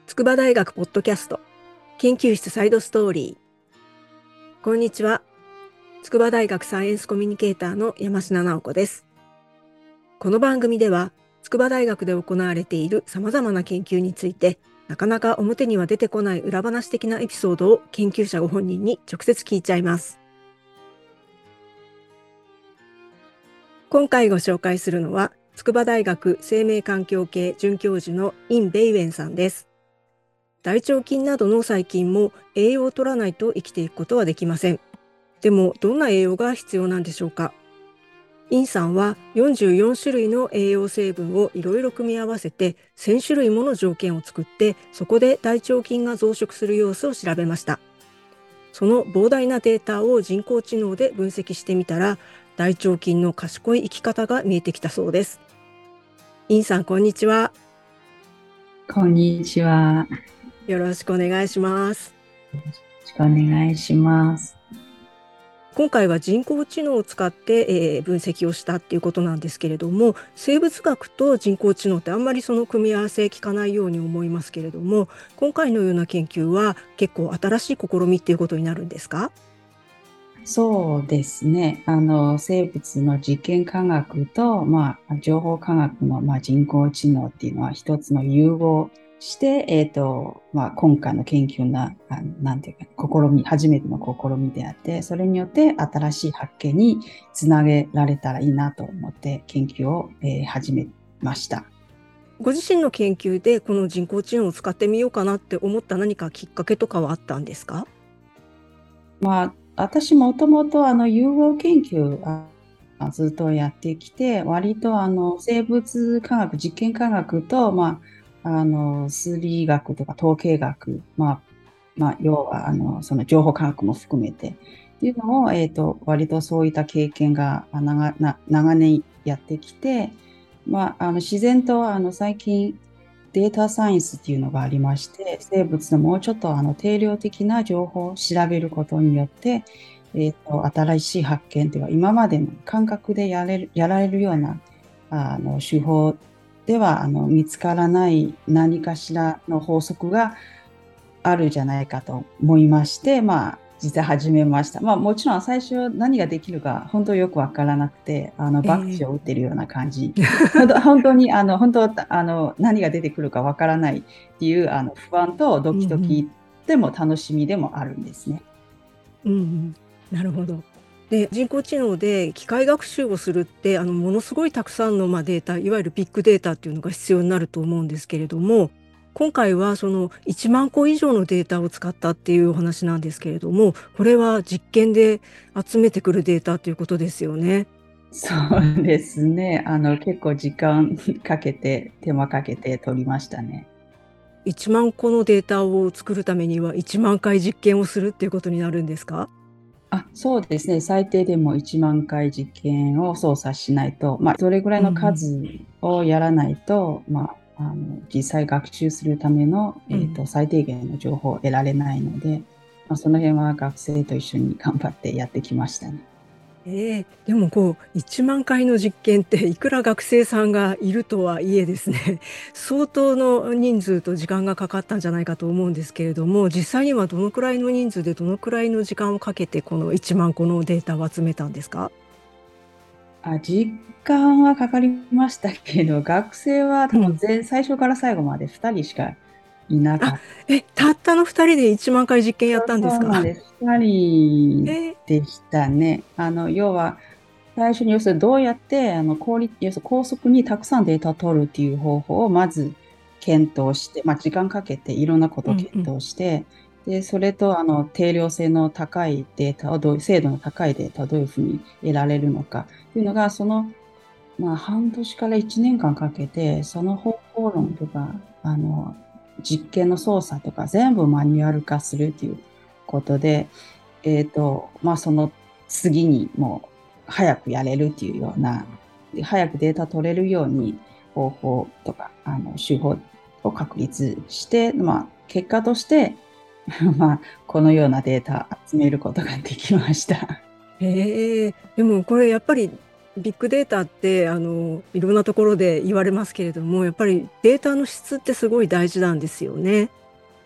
筑波大学ポッドキャスト研究室サイドストーリー。こんにちは。筑波大学サイエンスコミュニケーターの山科直子です。この番組では筑波大学で行われている様々な研究について、なかなか表には出てこない裏話的なエピソードを研究者ご本人に直接聞いちゃいます。今回ご紹介するのは筑波大学生命環境系准教授のイン・ベイウェンさんです。大腸菌などの細菌も栄養を取らないと生きていくことはできません。でもどんな栄養が必要なんでしょうか。インさんは44種類の栄養成分をいろいろ組み合わせて1000種類もの条件を作って、そこで大腸菌が増殖する様子を調べました。その膨大なデータを人工知能で分析してみたら、大腸菌の賢い生き方が見えてきたそうです。インさん、こんにちは。 こんにちは。 よろしくお願いします。 よろしくお願いします。 今回は人工知能を使って、分析をしたっていうことなんですけれども、生物学と人工知能ってあんまりその組み合わせ聞かないように思いますけれども、今回のような研究は結構新しい試みっていうことになるんですか？ そうですね。生物の実験科学と、情報科学の、人工知能っていうのは一つの融合して、今回の研究の、なんていうか、初めての試みであって、それによって新しい発見につなげられたらいいなと思って研究を、始めました。 ご自身の研究でこの人工知能を使ってみようかなって思った何かきっかけとかはあったんですか？ 私もともと融合研究ずっとやってきて、割と生物科学、実験科学と、数理学とか統計学、要はその情報科学も含めてっていうのを、割とそういった経験が長年やってきて、自然と最近データサイエンスっていうのがありまして、生物のもうちょっと定量的な情報を調べることによって、新しい発見っていうか、今までの感覚でやられるような手法では見つからない何かしらの法則があるじゃないかと思いまして、実際始めました。もちろん最初何ができるか本当よくわからなくて、博打を打ってるような感じ。本当に、何が出てくるかわからないっていう、不安とドうんうん、 キドキでも楽しみでもあるんですね。 うんうん、なるほど。で、人工知能で機械学習をするってものすごいたくさんのデータ、いわゆるビッグデータっていうのが必要になると思うんですけれども、今回はその1万個以上のデータを使ったっていうお話なんですけれども、これは実験で集めてくるデータということですよね。 そうですね。結構時間かけて、手間かけて取りましたね。 1万個のデータを作るためには1万回実験をするっていうことになるんですか？ そうですね。最低でも1万回実験を操作しないと、それぐらいのうん数をやらないと、実際学習するための、 うんうん最低限の情報を得られないので、その辺は学生と一緒に頑張ってやってきましたね。 でもこう1万回の実験っていくら学生さんがいるとはいえですね、相当の人数と時間がかかったんじゃないかと思うんですけれども、実際にはどのくらいの人数でどのくらいの時間をかけてこの1万個のデータを集めたんですか？ 時間はかかりましたけど、学生は多分うん。 最初から最後まで2人しかいなかあ、 った。 たったの2人で1万回実験やったんですか？ そうなんです。2人えーでしたね。要は、最初に要するにどうやって要するに高速にたくさんデータを取るっていう方法をまず検討して、時間かけていろんなことを検うんうん討して、で、それと定量性の高いデータを精度の高いデータをどういうふうに得られるのかっていうのが、半年から1年間かけて、その方法論とか、実験の操作とか全部マニュアル化するということで、その次にもう早くやれるっていうような、早くデータ取れるように方法とか、手法を確立して、結果として、このようなデータ集めることができました。 でもこれやっぱりビッグデータっていろんなところで言われますけれども、やっぱりデータの質ってすごい大事なんですよね。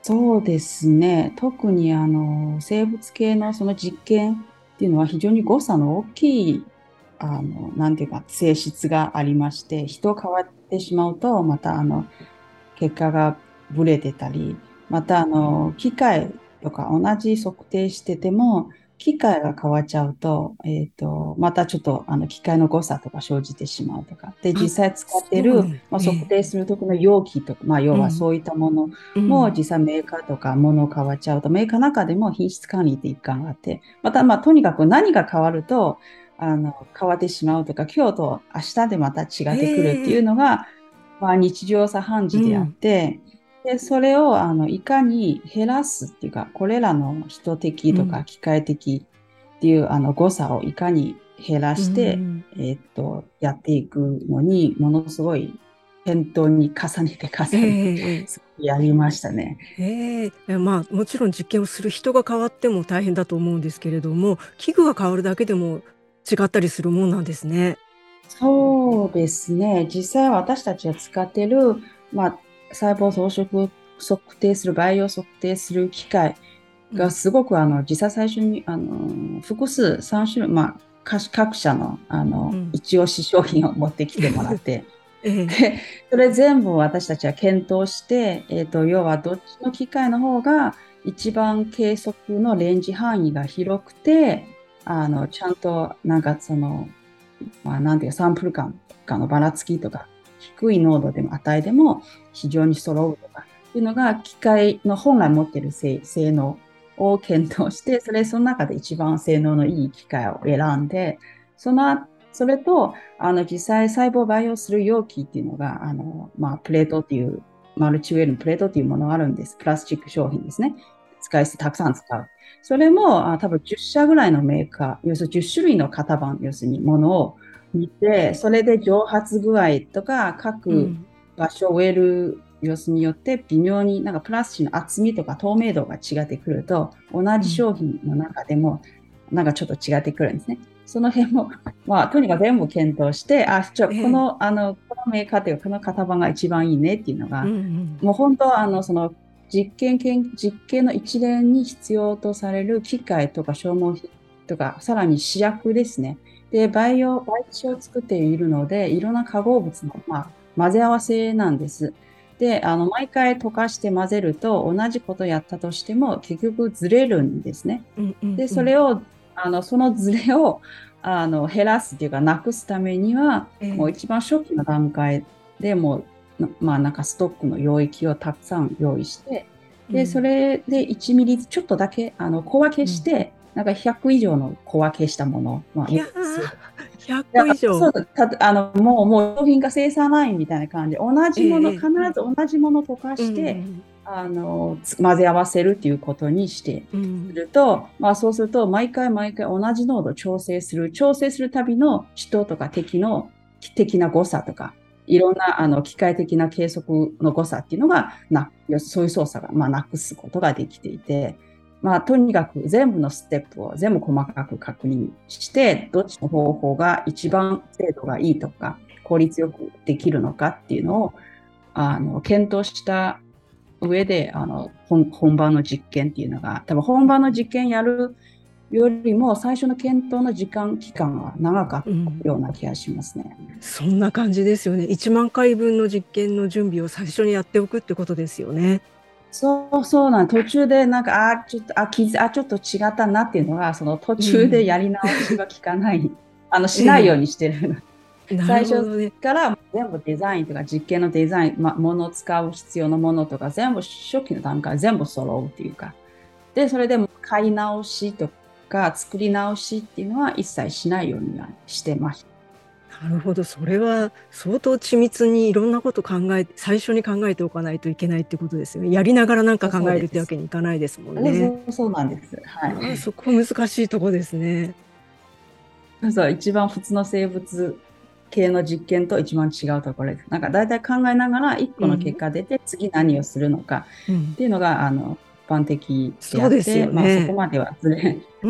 そうですね。特に生物系のその実験っていうのは非常に誤差の大きい、なんていうか、性質がありまして、人変わってしまうと、また結果がブレてたり、また機械とか同じ測定してても、機械が変わっちゃうと、またちょっと機械の誤差とか生じてしまうとか。で、 あ、 実際使ってる、 そうなん測定するときの容器とか、要はうん、 そういったものもうん、 実際メーカーとか物変わっちゃうと、メーカーの中でも品質管理って一環があって、またとにかく何が変わると、変わってしまうとか、今日と明日でまた違ってくるっていうええのが、日常茶飯事であっうん、 て、で、それをいかに減らすっていうか、これらの人的とかうん、 機械的っていう誤差をいかに減らうして、 ん、 やっていくのに、ものすごい検討に重ねてえ重ねて、 えすごいやりましたね。 まあ、もちろん実験をする人が変わっても大変だと思うんですけれども、器具が変わるだけでも違ったりするもんなんですね。 そうですね。実際私たちが使っている、細胞増殖を測定する、培養測定する機械うん、 がすごく実際最初に複数3種類、各社のうん、 一押し商品を持ってきてもらって、 ええ、 で、それ全部私たちは検討して、要はどっちの機械の方が一番計測のレンジ範囲が広くて、ちゃんとなんかなんていうかサンプル感とかのばらつきとか、低い濃度でも値でも非常に揃うとかっていうのが機械の本来持っている性能を検討して、その中で一番性能のいい機械を選んで、それと、実際細胞を培養する容器っていうのが、プレートっていう、マルチウェルのプレートっていうものがあるんです。プラスチック商品ですね。使い捨てたくさん使う。それも、多分10社ぐらいのメーカー、要するに10種類の型番、要するにものを見て、それで蒸発具合とか、各うん、 場所を植える様子によって、微妙になんかプラスチックの厚みとか透明度が違ってくると、同じうん、 商品の中でも、なんかちょっと違ってくるんですね。その辺も、とにかく全部検討して、じゃあええ、 このメーカーというか、この型番が一番いいねっていうのうん、 が、 うん、 もう本当、実験の一連に必要とされる機械とか消耗品とか、さらに試薬ですね。で、培地を作っているので、いろんな化合物の、混ぜ合わせなんです。で、毎回溶かして混ぜると、同じことやったとしても、結局ずれるんですね。 うん、うん、 で、 うん、 そのズレを、減らすっていうか、なくすためには、 ええ、 もう一番初期の段階でもう、なんかストックの溶液をたくさん用意して、で、そうん、 れで1ミリちょっとだけ、小分けうん。 して、なんか100以上の小分けしたもの、 いやー、100 いや、 個以上。 そうだ、もう商品化生産ラインみたいな感じで、 え必え、ええず同じものを溶かうして、 ん、 混ぜ合わせるっていうことにして、 うん、 すると、そうすると、毎回毎回同じ濃度を調整するたびの人とか敵な誤差とか、いろんな機械的な計測の誤差っていうのがそういう操作が、なくすことができていて、とにかく全部のステップを全部細かく確認して、どっちの方法が一番精度がいいとか、効率よくできるのかっていうのを、検討した上で、本番の実験っていうのが、多分本番の実験やるよりも、最初の検討の期間が長かっうん。 たような気がしますね。 そんな感じですよね。1万回分の実験の準備を最初にやっておくってことですよね。 そうなん、途中でなんか、ちょっと違ったなっていうのが、その途中でうん。 やり直しは効かない、しないようえにしてる。 え、なる最初ほどね。 から全部デザインとか実験のデザイン、ものを使う必要なものとか、全部初期の段階全部揃うっていうか。で、それでも買い直しとか作り直しっていうのは一切しないようにはしてます。 なるほど。それは相当緻密にいろんなこと最初に考えておかないといけないってことですよね。やりながらなんか考えるってわそうです。 けにいかないですもんね。 そうなんです。はい。 そこ難しいとこですね。 そう、一番普通の生物系の実験と一番違うところです。なんか大体考えながら一個の結うん。 果出て次何をするのかうん。 っていうのが一般的でそうですあって、 よね。 そこまではずれうん。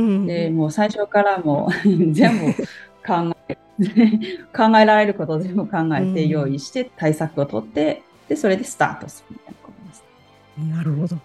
でもう最初からもう全部考え考えられることを全部考うえて用意ん。 して対策を取って、でそれでスタートするみたいなことです。 なるほど。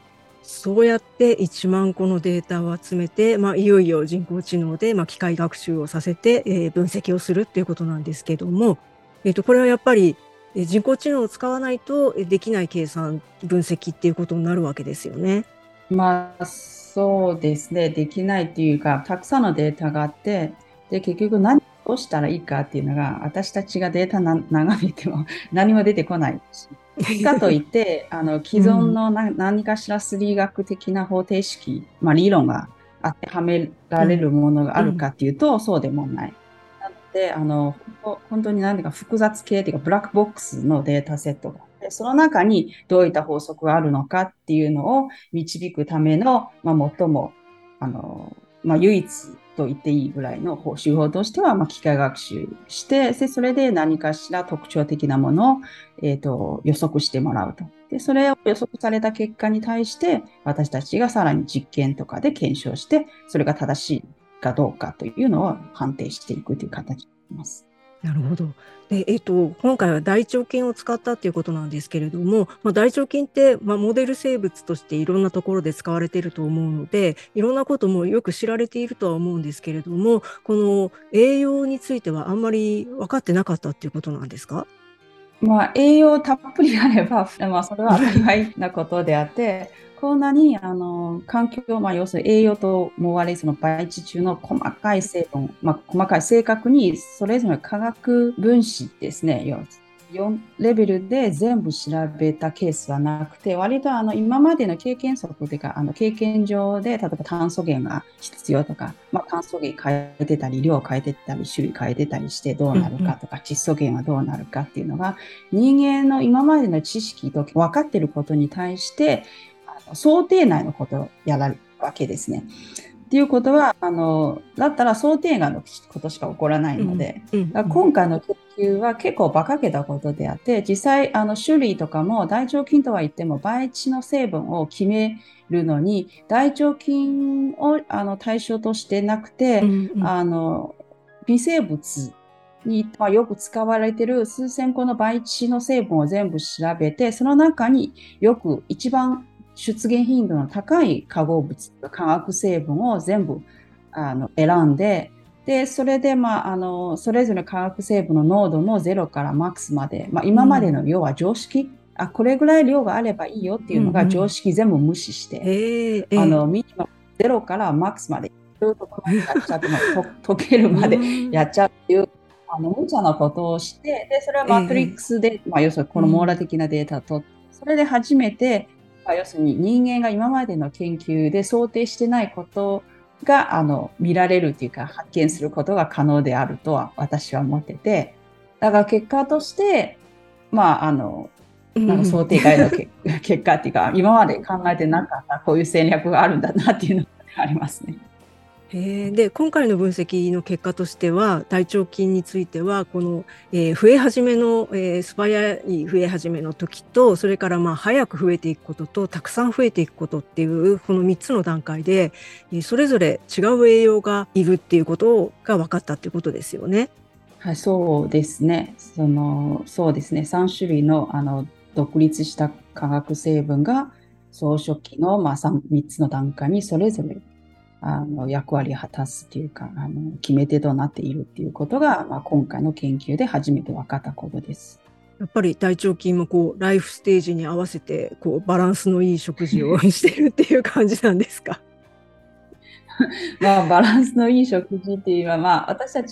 そうやって1万個のデータを集めて、いよいよ人工知能で、機械学習をさせて、分析をするっていうことなんですけども、これはやっぱり人工知能を使わないとできない計算、分析っていうことになるわけですよね。 そうですね。できないっていうか、たくさんのデータがあって、で、結局何をしたらいいかっていうのが、私たちがデータ眺めても何も出てこないし。かといって、既存の何かしら数理学的な方程式、理論が当てはめられるものがあるかっていうと、そうでもない。なので、本当に何か複雑系っていうか、ブラックボックスのデータセットがあって、その中にどういった法則があるのかっていうのを導くための、最も、唯一と言っていいぐらいの手法としては、機械学習して、で、それで何かしら特徴的なものを、予測してもらうと。で、それを予測された結果に対して、私たちがさらに実験とかで検証して、それが正しいかどうかというのを判定していくという形になります。 なるほど。で、今回は大腸菌を使ったっていうことなんですけれども、大腸菌って、モデル生物としていろんなところで使われていると思うので、いろんなこともよく知られているとは思うんですけれども、この栄養についてはあんまり分かってなかったっていうことなんですか？ 栄養たっぷりあれば、それは当たり前なことであって、こんなに、環境、要するに栄養と思われるその培地中の細かい成分、細かい正確にそれぞれ化学分子ですね、4レベルで全部調べたケースはなくて、割と今までの経験則というか、経験上で、例えば炭素源が必要とか、炭素源変えてたり、量変えてたり、種類変えてたりしてどうなるかとか、窒素源はどうなるかっていうのが、人間の今までの知識と分かっていることに対して、想定内のことをやられるわけですね。っていうことは、だったら想定外のことしか起こらないので、今回の研究は結構馬鹿げたことであって、実際、種類とかも大腸菌とは言っても、培地の成分を決めるのに、大腸菌を対象としてなくて、微生物に、よく使われている数千個の培地の成分を全部調べて、その中によく一番出現頻度の高い化合物、化学成分を全部選んで、で、それで、それぞれ化学成分の濃度も0からマックスまで、今までの要は常識、これぐらい量があればいいよっていうのが常識全部無視して、ミニマム0からマックスまでずっとこのやっちゃって、溶けるまでやっちゃうっていう、無茶なことをして、で、それはマトリックスで、要するにこの網羅的なデータと、それで初めて、要するに人間が今までの研究で想定してないことが見られるというか発見することが可能であるとは私は思ってて、だから結果としてなんか想定外の結果っていうか今まで考えてなかったこういう戦略があるんだなっていうのがありますね。 で、今回の分析の結果としては、大腸菌については、この、増え始めの、素早い増え始めの時と、それから早く増えていくことと、たくさん増えていくことっていう、この3つの段階で、それぞれ違う栄養がいるっていうことが分かったっていうことですよね。 はい、そうですね。そうですね。3種類の、独立した化学成分が、草食期の、3つの段階にそれぞれ役割を果たすというか、決め手となっているっていうことが、今回の研究で初めて分かったことです。 やっぱり大腸菌もライフステージに合わせてバランスのいい食事をしてるっていう感じなんですか？ バランスのいい食事っていうのは、私たち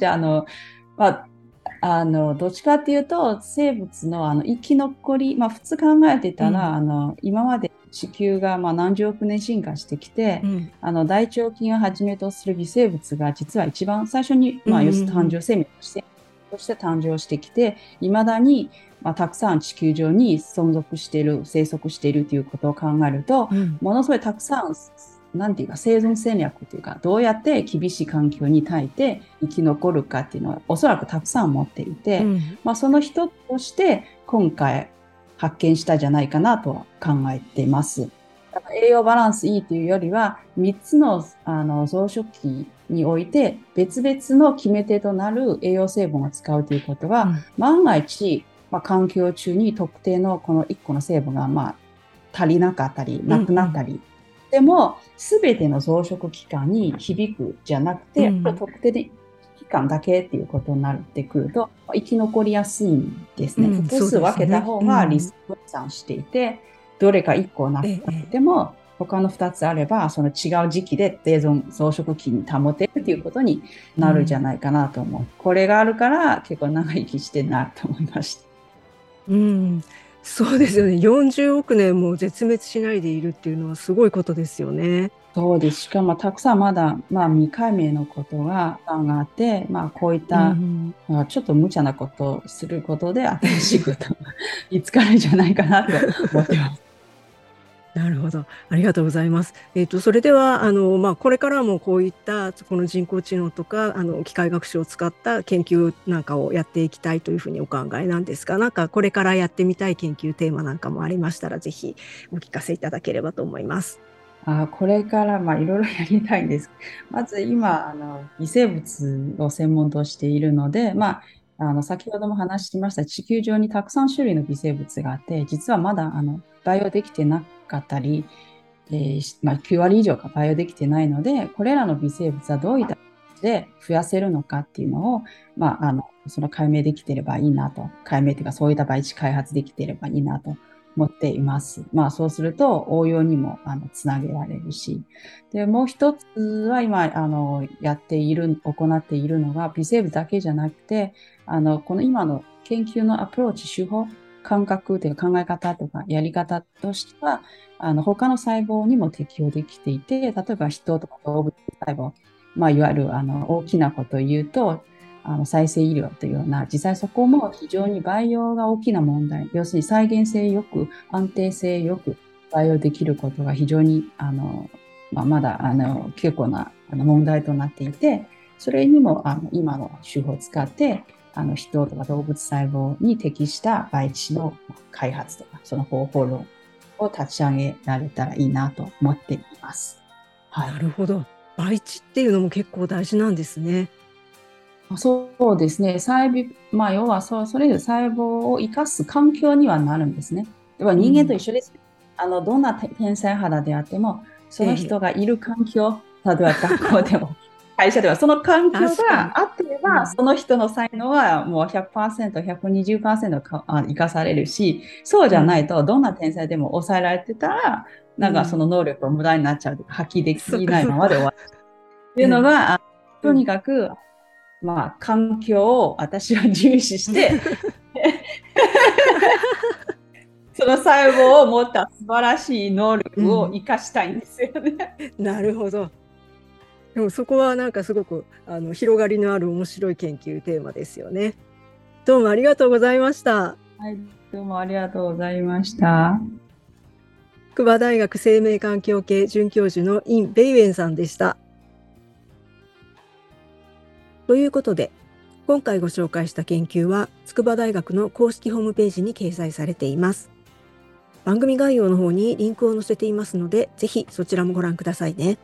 どっちかっていうと生物の生き残り、普通考えてたら、今まで地球が何十億年進化してきて、大腸菌をはじめとする微生物が実は一番最初に、要するに誕生生命として誕生してきて、いまだに、たくさん地球上に存続している、生息しているということを考えると、ものすごいたくさんなんていうか生存戦略というか、どうやって厳しい環境に耐えて生き残るかっていうのはおそらくたくさん持っていて、その一つとして今回発見したんじゃないかなとは考えています。だから栄養バランスいいというよりは、3つの増殖期において別々の決め手となる栄養成分を使うということは、万が一、環境中に特定のこの1個の成分が足りなかったりなくなったり、 でも、すべての増殖器官に響くじゃなくて、特定で器官だけっていうことになってくると、生き残りやすいんですね。複数分けた方がリスク分散していて、どれか1個なくても、他の2つあれば、その違う時期で増殖期に保てるっていうことになるんじゃないかなと思う。これがあるから結構長生きしてるなと思いました。 そうですよね。40億年も絶滅しないでいるっていうのはすごいことですよね。 そうです。しかもたくさんまだ、未解明のことがあって、こういった、ちょっと無茶なことをすることで新しいことが見つかるんじゃないかなと思ってます。 なるほど。ありがとうございます。それでは、これからもこういったこの人工知能とか、機械学習を使った研究なんかをやっていきたいというふうにお考えなんですが、なんかこれからやってみたい研究テーマなんかもありましたら、ぜひお聞かせいただければと思います。 これからいろいろやりたいんです。まず今、微生物を専門としているので、先ほども話しました地球上にたくさん種類の微生物があって、実はまだ培養できてなかったり、9割以上が培養できてないので、これらの微生物はどういった形で増やせるのかっていうのを、その解明できていればいいなと、解明というかそういった培地開発できていればいいなと思っています。そうすると応用にもつなげられるし、でもう一つは今行っているのが微生物だけじゃなくて、この今の研究のアプローチ手法、感覚というか考え方とかやり方としては他の細胞にも適用できていて、例えば人とか動物細胞、いわゆる大きなことを言うと再生医療というような、実際そこも非常に培養が大きな問題、要するに再現性よく安定性よく培養できることが非常にまだ結構な問題となっていて、それにも今の手法を使って人とか動物細胞に適した培地の開発とかその方法論を立ち上げられたらいいなと思っています。 はい、なるほど。培地っていうのも結構大事なんですね。 そうですね。要はそれぞれ細胞を生かす環境にはなるんですね。では人間と一緒です。どんな天才肌であっても、その人がいる環境、例えば学校でも、会社では、その環境があってれば、その人の才能はもう 100%、120% 生かされるし、そうじゃないと、どんな天才でも抑えられてたら、なんかその能力が無駄になっちゃう、発揮できないままで終わる。っていうのが、とにかく、環境を私は重視してその細胞を持った素晴らしい能力を生かしたいんですよね。 なるほど。でもそこはなんかすごく広がりのある面白い研究テーマですよね。どうもありがとうございました。 はい、どうもありがとうございました。 筑波大学生命環境系准教授のイン・ベイウェンさんでした。ということで、今回ご紹介した研究は筑波大学の公式ホームページに掲載されています。番組概要の方にリンクを載せていますので、ぜひそちらもご覧くださいね。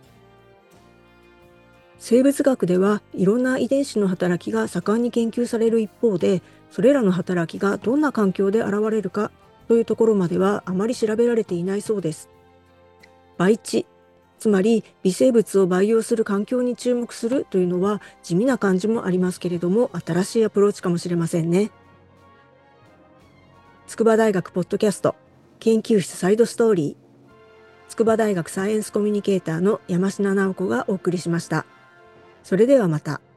生物学ではいろんな遺伝子の働きが盛んに研究される一方で、それらの働きがどんな環境で現れるかというところまではあまり調べられていないそうです。培地、つまり微生物を培養する環境に注目するというのは地味な感じもありますけれども、新しいアプローチかもしれませんね。筑波大学ポッドキャスト研究室サイドストーリー、筑波大学サイエンスコミュニケーターの山科直子がお送りしました。それではまた。